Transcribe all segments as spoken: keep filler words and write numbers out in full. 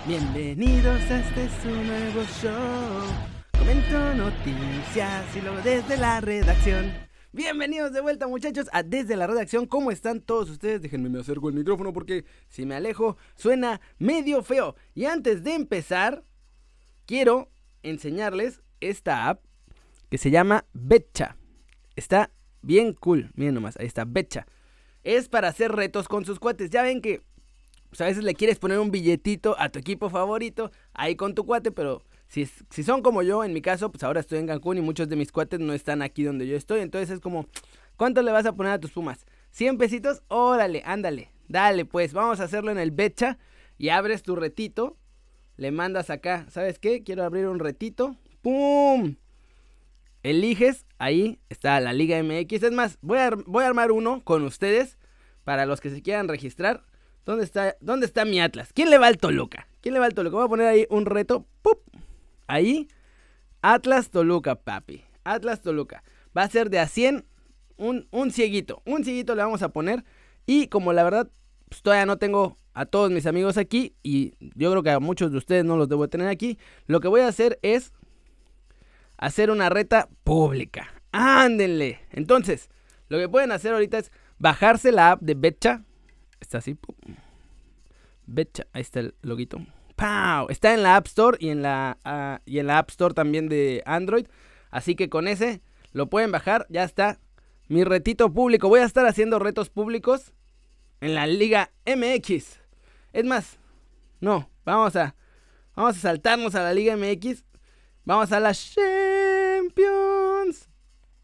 Bienvenidos a este su nuevo show. Comento noticias y luego desde la redacción. Bienvenidos de vuelta, muchachos, a Desde la Redacción. ¿Cómo están todos ustedes? Déjenme me acerco el micrófono porque si me alejo suena medio feo. Y antes de empezar, quiero enseñarles esta app que se llama Betcha. Está bien cool, miren nomás, ahí está Betcha. Es para hacer retos con sus cuates. Ya ven que pues, a veces le quieres poner un billetito a tu equipo favorito ahí con tu cuate, pero si, si son como yo, en mi caso, pues ahora estoy en Cancún y muchos de mis cuates no están aquí donde yo estoy. Entonces es como, ¿cuánto le vas a poner a tus Pumas? ¿cien pesitos? Órale, ándale, dale pues, vamos a hacerlo en el Betcha. Y abres tu retito, le mandas acá, ¿sabes qué? Quiero abrir un retito, ¡pum! Eliges, ahí está la Liga M X. Es más, voy a, voy a armar uno con ustedes para los que se quieran registrar. ¿Dónde está, ¿Dónde está mi Atlas? ¿Quién le va al Toluca? ¿Quién le va al Toluca? Voy a poner ahí un reto, ¡pup! Ahí, Atlas Toluca, papi. Atlas Toluca. Va a ser de a cien, un, un cieguito. Un cieguito le vamos a poner. Y como la verdad, pues todavía no tengo a todos mis amigos aquí, y yo creo que a muchos de ustedes no los debo tener aquí, lo que voy a hacer es hacer una reta pública. ¡Ándenle! Entonces, lo que pueden hacer ahorita es bajarse la app de Betcha. Está así. ¡Pum! Betcha, ahí está el loguito. ¡Pau! Está en la App Store y en la, uh, y en la App Store también de Android. Así que con ese lo pueden bajar. Ya está mi retito público. Voy a estar haciendo retos públicos en la Liga M X. Es más, no, vamos a, vamos a saltarnos a la Liga M X. Vamos a la Champions.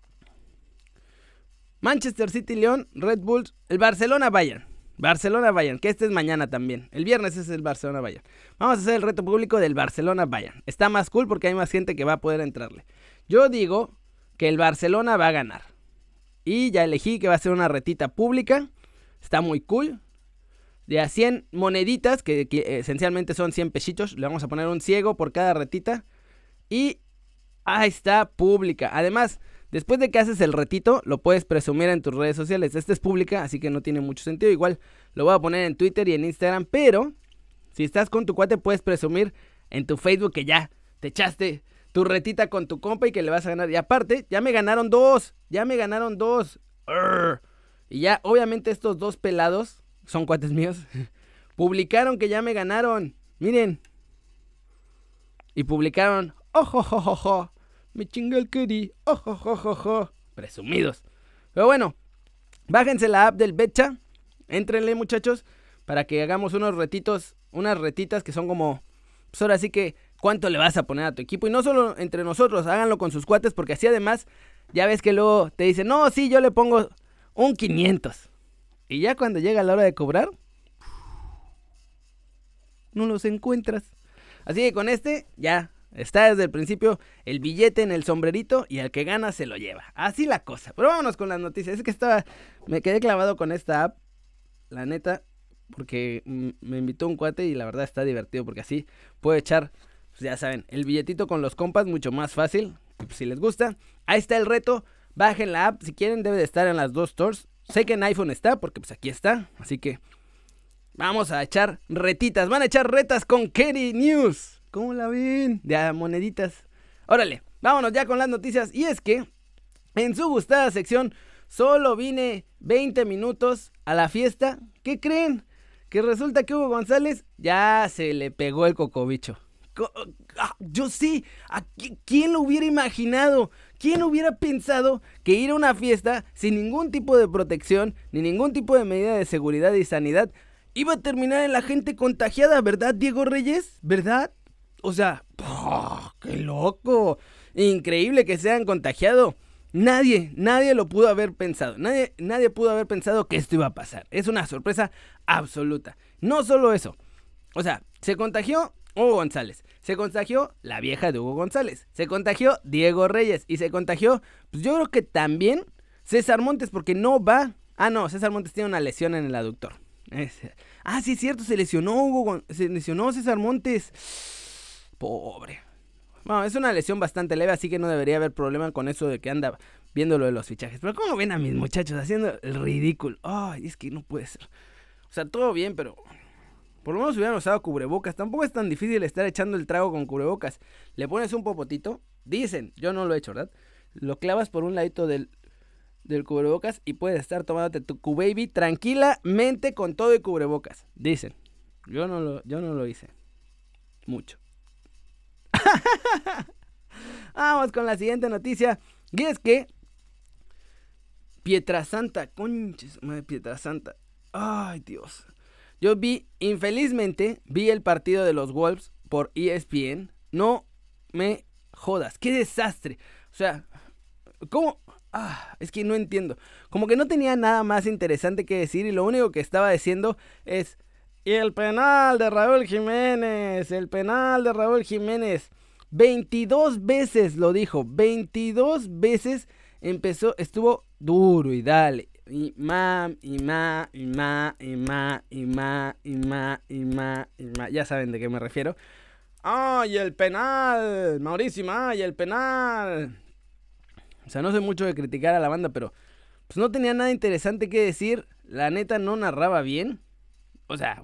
Manchester City, León, Red Bulls, el Barcelona, Bayern. Barcelona Bayern, que este es mañana también. El viernes es el Barcelona Bayern. Vamos a hacer el reto público del Barcelona Bayern. Está más cool porque hay más gente que va a poder entrarle. Yo digo que el Barcelona va a ganar. Y ya elegí que va a ser una retita pública. Está muy cool. De a cien moneditas, que, que esencialmente son cien pesitos. Le vamos a poner un ciego por cada retita. Y ahí está, pública. Además, después de que haces el retito, lo puedes presumir en tus redes sociales. Esta es pública, así que no tiene mucho sentido. Igual lo voy a poner en Twitter y en Instagram. Pero si estás con tu cuate, puedes presumir en tu Facebook que ya te echaste tu retita con tu compa y que le vas a ganar. Y aparte, ya me ganaron dos. Ya me ganaron dos. Urgh. Y ya, obviamente, estos dos pelados, son cuates míos, publicaron que ya me ganaron. Miren. Y publicaron, ojo, ojo, ojo. Me chinga el Keri, ojo, ojo, ojo. Presumidos. Pero bueno, bájense la app del Betcha. Éntrenle, muchachos, para que hagamos unos retitos, unas retitas que son como, pues ahora sí que, ¿cuánto le vas a poner a tu equipo? Y no solo entre nosotros, háganlo con sus cuates, porque así además, ya ves que luego te dicen, no, sí, yo le pongo un quinientos. Y ya cuando llega la hora de cobrar, no los encuentras. Así que con este, ya está desde el principio el billete en el sombrerito y el que gana se lo lleva. Así la cosa. Pero vámonos con las noticias. Es que estaba, me quedé clavado con esta app, la neta, porque m- me invitó un cuate y la verdad está divertido porque así puedo echar, pues ya saben, el billetito con los compas mucho más fácil. Y pues si les gusta, ahí está el reto. Bajen la app, si quieren debe de estar en las dos stores. Sé que en iPhone está porque pues aquí está, así que vamos a echar retitas. Van a echar retas con Keri News. ¿Cómo la ven? De a moneditas. Órale, vámonos ya con las noticias. Y es que en su gustada sección solo vine veinte minutos a la fiesta. ¿Qué creen? Que resulta que Hugo González ya se le pegó el cocobicho. Co- ah, Yo sí. ¿A qui- ¿Quién lo hubiera imaginado? ¿Quién hubiera pensado que ir a una fiesta sin ningún tipo de protección, ni ningún tipo de medida de seguridad y sanidad, iba a terminar en la gente contagiada, ¿verdad, Diego Reyes? ¿Verdad? O sea, ¡oh, qué loco! Increíble que se hayan contagiado. Nadie, nadie lo pudo haber pensado. Nadie, nadie pudo haber pensado que esto iba a pasar. Es una sorpresa absoluta. No solo eso. O sea, se contagió Hugo González. Se contagió la vieja de Hugo González. Se contagió Diego Reyes. Y se contagió, pues yo creo que también César Montes, porque no va. Ah, no, César Montes tiene una lesión en el aductor. Es... Ah, sí es cierto, se lesionó Hugo Gon... Se lesionó César Montes. Pobre. Bueno, es una lesión bastante leve, así que no debería haber problema con eso de que anda viendo lo de los fichajes. Pero ¿cómo ven a mis muchachos haciendo el ridículo? Ay, es que no puede ser. O sea, todo bien, pero Por lo menos hubieran usado cubrebocas. Tampoco es tan difícil estar echando el trago con cubrebocas. Le pones un popotito, dicen, yo no lo he hecho, ¿verdad? Lo clavas por un ladito del, del cubrebocas y puedes estar tomándote tu Q-Baby tranquilamente con todo y cubrebocas. Dicen, yo no lo, yo no lo hice. Mucho. Vamos con la siguiente noticia. Y es que Pietrasanta, conches, madre, Pietrasanta. Ay, Dios. Yo vi, infelizmente, vi el partido de los Wolves por E S P N. No me jodas, qué desastre. O sea, ¿cómo? Ah, es que no entiendo. Como que no tenía nada más interesante que decir y lo único que estaba diciendo es: y el penal de Raúl Jiménez, el penal de Raúl Jiménez. veintidós veces lo dijo, veintidós veces empezó, estuvo duro y dale. Y ma, y ma, y ma, y ma, y ma, y ma, y ma, y ma. Ya saben de qué me refiero. ¡Ay, el penal! Mauricio, ¡ay, el penal! O sea, no sé mucho de criticar a la banda, pero pues no tenía nada interesante que decir. La neta no narraba bien. O sea,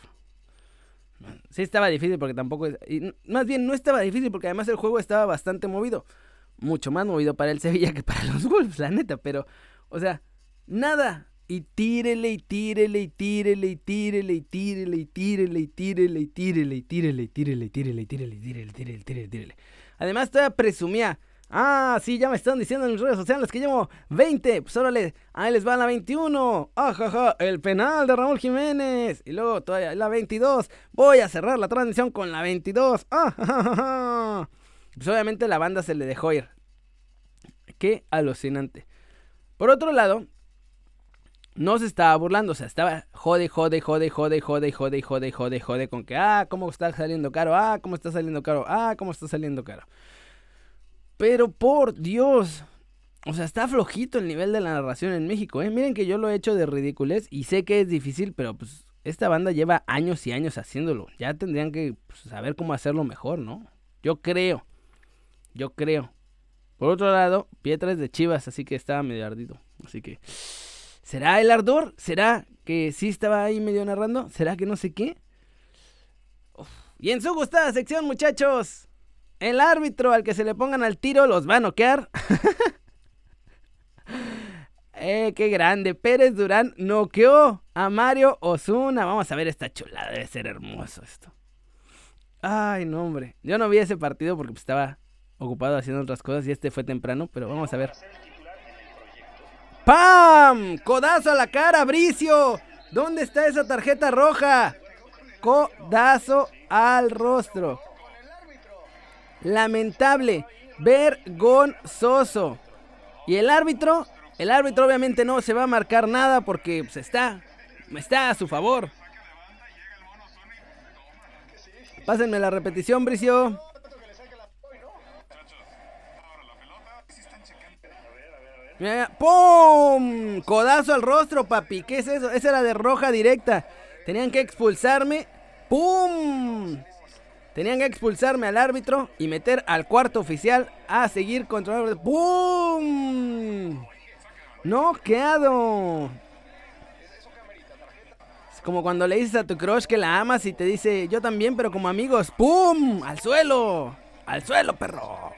uf, sí estaba difícil porque tampoco... Y más bien no estaba difícil porque además el juego estaba bastante movido. Mucho más movido para el Sevilla que para los Wolves, la neta. Pero, o sea, nada. Y tírele, y tírele, y tírele, y tírele, y tírele, y tírele, y tírele, y tírele, y tírele, y tírele, y tírele, y tírele, y tírele, tírele, tírele, tírele. Además todavía presumía... Ah, sí, ya me están diciendo en las redes sociales que llevo veinte. Pues órale, ahí les va la veintiuno. Ajaja, el penal de Raúl Jiménez. Y luego todavía la veintidós. Voy a cerrar la transmisión con la veintidós. Ajajaja. Pues obviamente la banda se le dejó ir. Qué alucinante. Por otro lado, no se estaba burlando. O sea, estaba jode, jode, jode, jode, jode, jode, jode, jode, jode. Con que, ah, cómo está saliendo caro. Ah, cómo está saliendo caro. Ah, cómo está saliendo caro. Pero por Dios, o sea, está flojito el nivel de la narración en México, ¿eh? Miren que yo lo he hecho de ridiculez y sé que es difícil, pero pues esta banda lleva años y años haciéndolo. Ya tendrían que pues, saber cómo hacerlo mejor, ¿no? Yo creo, yo creo. Por otro lado, Pietra es de Chivas, así que estaba medio ardido. Así que, ¿será el ardor? ¿Será que sí estaba ahí medio narrando? ¿Será que no sé qué? Uf. Y en su gustada sección, muchachos, el árbitro al que se le pongan al tiro los va a noquear. eh, qué grande. Pérez Durán noqueó a Mario Osuna. Vamos a ver esta chulada. Debe ser hermoso esto. Ay, no, hombre. Yo no vi ese partido porque pues, estaba ocupado haciendo otras cosas y este fue temprano, pero vamos a ver. ¡Pam! Codazo a la cara, Bricio. ¿Dónde está esa tarjeta roja? Codazo al rostro. Lamentable, vergonzoso. Y el árbitro, el árbitro obviamente no se va a marcar nada porque pues, está, está a su favor. Pásenme la repetición, Bricio. Mira, ¡pum! Codazo al rostro, papi. ¿Qué es eso? Esa era de roja directa. Tenían que expulsarme. ¡Pum! Tenían que expulsarme al árbitro y meter al cuarto oficial a seguir controlando. ¡Bum! ¡Noqueado! Es como cuando le dices a tu crush que la amas y te dice, yo también, pero como amigos. ¡Pum! ¡Al suelo! ¡Al suelo, perro!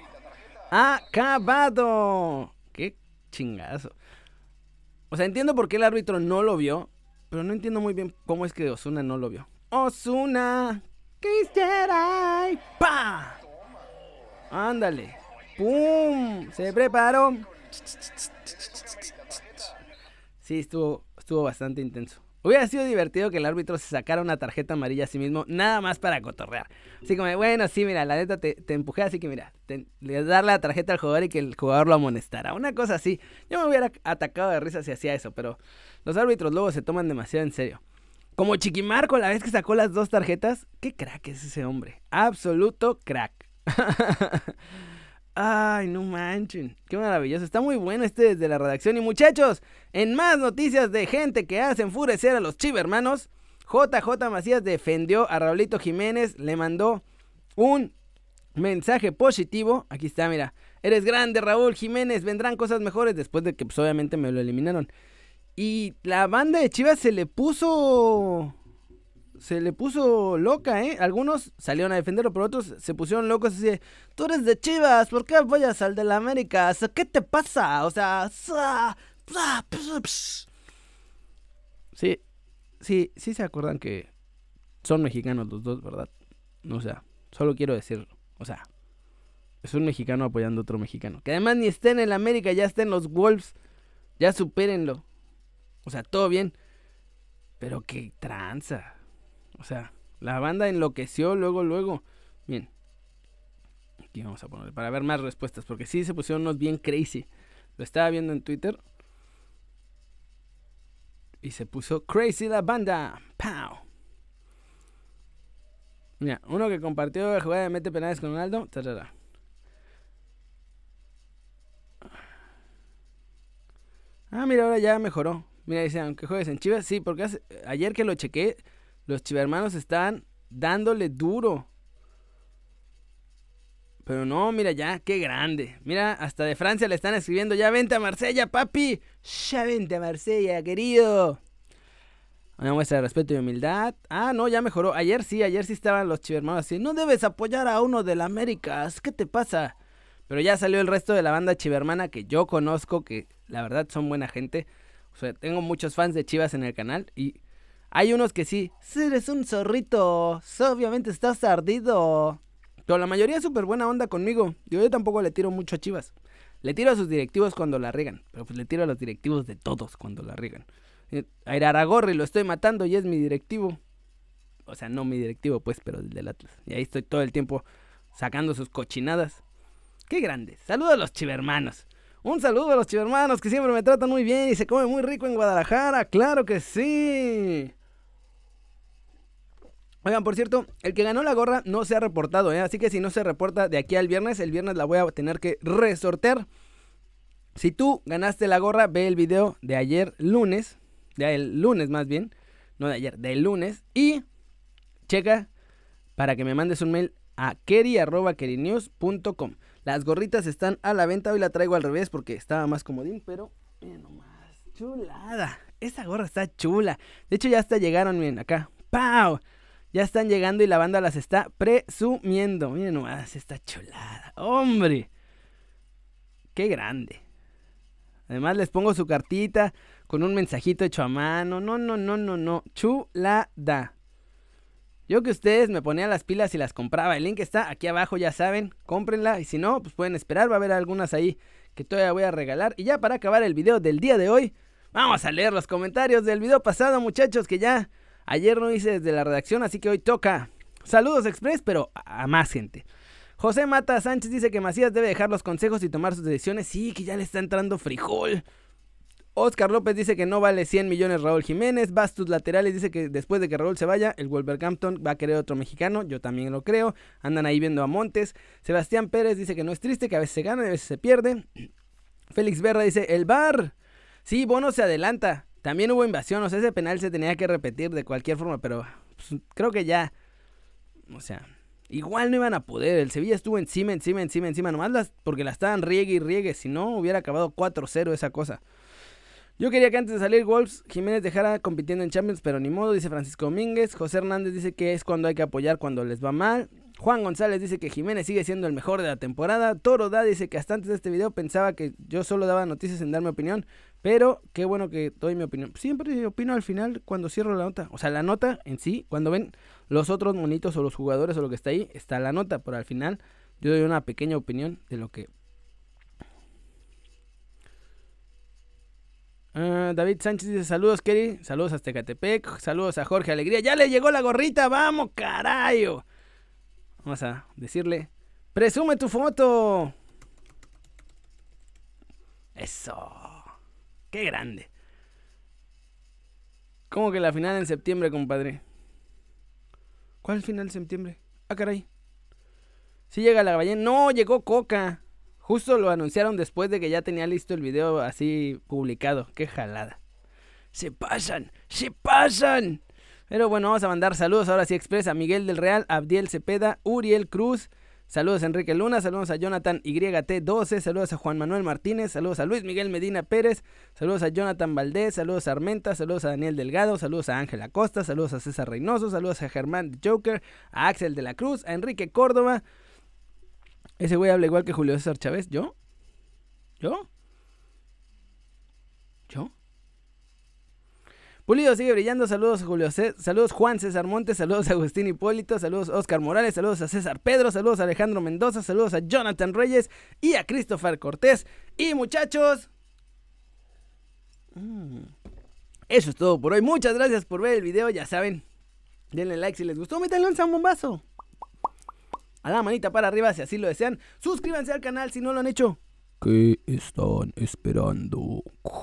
¡Acabado! ¡Qué chingazo! O sea, entiendo por qué el árbitro no lo vio, pero no entiendo muy bien cómo es que Osuna no lo vio. ¡Osuna! Quisiera. ¡Pa! Ándale. ¡Pum! Se preparó. Sí, estuvo, estuvo bastante intenso. Hubiera sido divertido que el árbitro se sacara una tarjeta amarilla a sí mismo, nada más para cotorrear. Así como, bueno, sí, mira, la neta te, te empujé, así que mira, te, le darle la tarjeta al jugador y que el jugador lo amonestara. Una cosa así. Yo me hubiera atacado de risa si hacía eso, pero los árbitros luego se toman demasiado en serio. Como Chiquimarco la vez que sacó las dos tarjetas. Qué crack es ese hombre. Absoluto crack. Ay, no manchen. Qué maravilloso. Está muy bueno este desde la redacción. Y muchachos, en más noticias de gente que hace enfurecer a los chivermanos, J J Macías defendió a Raulito Jiménez. Le mandó un mensaje positivo. Aquí está, mira. Eres grande, Raúl Jiménez. Vendrán cosas mejores después de que pues, obviamente me lo eliminaron. Y la banda de Chivas se le puso... se le puso loca, ¿eh? Algunos salieron a defenderlo, pero otros se pusieron locos así de, tú eres de Chivas, ¿por qué apoyas al del América? ¿Qué te pasa? O sea, sí, sí, sí se acuerdan que son mexicanos los dos, ¿verdad? O sea, solo quiero decir, o sea, es un mexicano apoyando a otro mexicano, que además ni está en el América, ya está en los Wolves, ya supérenlo. O sea, todo bien, pero qué tranza. O sea, la banda enloqueció luego, luego. Bien, aquí vamos a poner para ver más respuestas, porque sí se pusieron unos bien crazy. Lo estaba viendo en Twitter y se puso crazy la banda. ¡Pow! Mira, uno que compartió la jugada de mete penales con Ronaldo. Tarara. Ah, mira, ahora ya mejoró. Mira, dice, aunque juegues en Chivas, sí, porque hace, ayer que lo chequé, los chivermanos estaban dándole duro. Pero no, mira ya, qué grande. Mira, hasta de Francia le están escribiendo, ya vente a Marsella, papi. Ya vente a Marsella, querido. Una muestra de respeto y humildad. Ah, no, ya mejoró. Ayer sí, ayer sí estaban los chivermanos así. No debes apoyar a uno del América, ¿qué te pasa? Pero ya salió el resto de la banda chivermana que yo conozco, que la verdad son buena gente. O sea, tengo muchos fans de Chivas en el canal y hay unos que sí, sí eres un zorrito, obviamente estás ardido. Pero la mayoría es súper buena onda conmigo. Yo, yo tampoco le tiro mucho a Chivas. Le tiro a sus directivos cuando la riegan, pero pues le tiro a los directivos de todos cuando la riegan. A Iraragorri lo estoy matando y es mi directivo. O sea, no mi directivo pues, pero el del Atlas. Y ahí estoy todo el tiempo sacando sus cochinadas. ¡Qué grandes! Saludos a los chivermanos. Un saludo a los chivermanos que siempre me tratan muy bien y se come muy rico en Guadalajara. ¡Claro que sí! Oigan, por cierto, el que ganó la gorra no se ha reportado, ¿eh? Así que si no se reporta de aquí al viernes, el viernes la voy a tener que resortear. Si tú ganaste la gorra, ve el video de ayer lunes, de el lunes más bien, no de ayer, del lunes, y checa para que me mandes un mail a keri arroba kerinews punto com. Las gorritas están a la venta, hoy la traigo al revés porque estaba más comodín, pero miren nomás, chulada, esa gorra está chula. De hecho ya hasta llegaron, miren, acá, ¡pau! Ya están llegando y la banda las está presumiendo. Miren nomás, esta chulada, hombre, qué grande. Además les pongo su cartita con un mensajito hecho a mano, no, no, no, no, no, chulada. Yo que ustedes me ponía las pilas y las compraba. El link está aquí abajo, ya saben. Cómprenla. Y si no, pues pueden esperar. Va a haber algunas ahí que todavía voy a regalar. Y ya para acabar el video del día de hoy, vamos a leer los comentarios del video pasado, muchachos. Que ya ayer no hice desde la redacción, así que hoy toca. Saludos express, pero a más gente. José Mata Sánchez dice que Macías debe dejar los consejos y tomar sus decisiones. Sí, que ya le está entrando frijol. Oscar López dice que no vale cien millones Raúl Jiménez. Bastus Laterales dice que después de que Raúl se vaya, el Wolverhampton va a querer otro mexicano. Yo también lo creo. Andan ahí viendo a Montes. Sebastián Pérez dice que no es triste, que a veces se gana y a veces se pierde. Félix Berra dice, el V A R. Sí, Bono se adelanta. También hubo invasión, o sea, ese penal se tenía que repetir de cualquier forma, pero pues, creo que ya, o sea, igual no iban a poder. El Sevilla estuvo encima, encima, encima, encima, nomás las, porque la estaban riegue y riegue. Si no, hubiera acabado cuatro cero esa cosa. Yo quería que antes de salir Wolves, Jiménez dejara compitiendo en Champions, pero ni modo, dice Francisco Domínguez. José Hernández dice que es cuando hay que apoyar cuando les va mal. Juan González dice que Jiménez sigue siendo el mejor de la temporada. Toro Da dice que hasta antes de este video pensaba que yo solo daba noticias en dar mi opinión, pero qué bueno que doy mi opinión. Siempre opino al final cuando cierro la nota. O sea, la nota en sí, cuando ven los otros monitos o los jugadores o lo que está ahí, está la nota, pero al final yo doy una pequeña opinión de lo que... Uh, David Sánchez dice saludos Keri, saludos a Tecatepec, saludos a Jorge Alegría, ya le llegó la gorrita, vamos carayo. Vamos a decirle, presume tu foto. Eso, qué grande. ¿Cómo que la final en septiembre, compadre? ¿Cuál final en septiembre? Ah, caray. Sí llega la ballena, no, llegó Coca. Justo lo anunciaron después de que ya tenía listo el video así publicado. ¡Qué jalada! ¡Se pasan! ¡Se pasan! Pero bueno, vamos a mandar saludos ahora sí express a Miguel del Real, Abdiel Cepeda, Uriel Cruz, Saludos a Enrique Luna, saludos a Jonathan Y T doce, saludos a Juan Manuel Martínez, saludos a Luis Miguel Medina Pérez, saludos a Jonathan Valdés, saludos a Armenta, saludos a Daniel Delgado, saludos a Ángel Acosta, saludos a César Reynoso, saludos a Germán Joker, a Axel de la Cruz, a Enrique Córdoba. Ese güey habla igual que Julio César Chávez. ¿Yo? ¿Yo? ¿Yo? Pulido sigue brillando, saludos a Julio C saludos Juan César Montes, saludos a Agustín Hipólito, saludos a Oscar Morales, saludos a César Pedro, saludos a Alejandro Mendoza, saludos a Jonathan Reyes y a Christopher Cortés. Y muchachos, mmm, eso es todo por hoy. Muchas gracias por ver el video, ya saben, denle like si les gustó, métanle un zambombazo a la manita para arriba si así lo desean. Suscríbanse al canal si no lo han hecho. ¿Qué están esperando?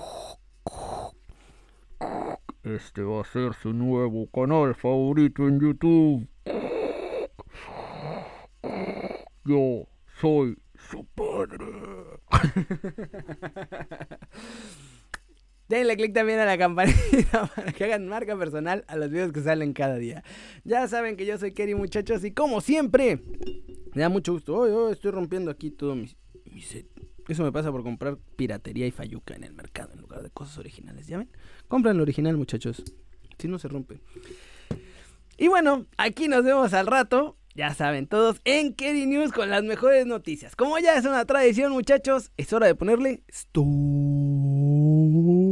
Este va a ser su nuevo canal favorito en YouTube. Yo soy su padre. Denle click también a la campanita para que hagan marca personal a los videos que salen cada día. Ya saben que yo soy Kerry, muchachos, y como siempre, me da mucho gusto. Hoy oh, oh, estoy rompiendo aquí todo mi, mi set. Eso me pasa por comprar piratería y fayuca en el mercado en lugar de cosas originales, ¿ya ven? Compran lo original, muchachos, si no se rompe. Y bueno, aquí nos vemos al rato, ya saben todos, en Kerry News con las mejores noticias. Como ya es una tradición, muchachos, es hora de ponerle stop.